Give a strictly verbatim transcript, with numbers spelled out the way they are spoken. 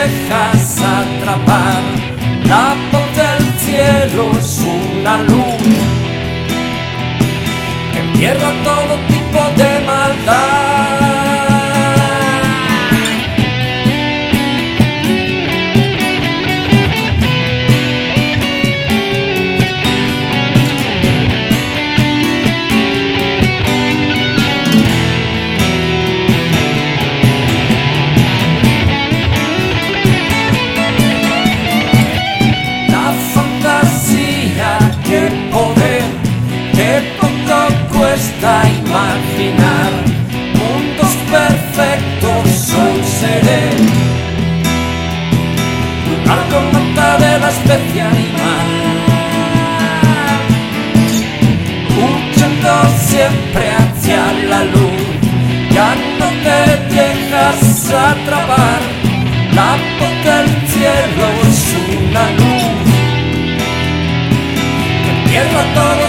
dejas atrapar. La voz del cielo es una luz que entierra todo tipo de maldad. Imaginar mundos perfectos, hoy seré un argonauta de la especie animal, huyendo siempre hacia la luz. Ya no te dejas atrapar, la voz del cielo es una luz que entierra todo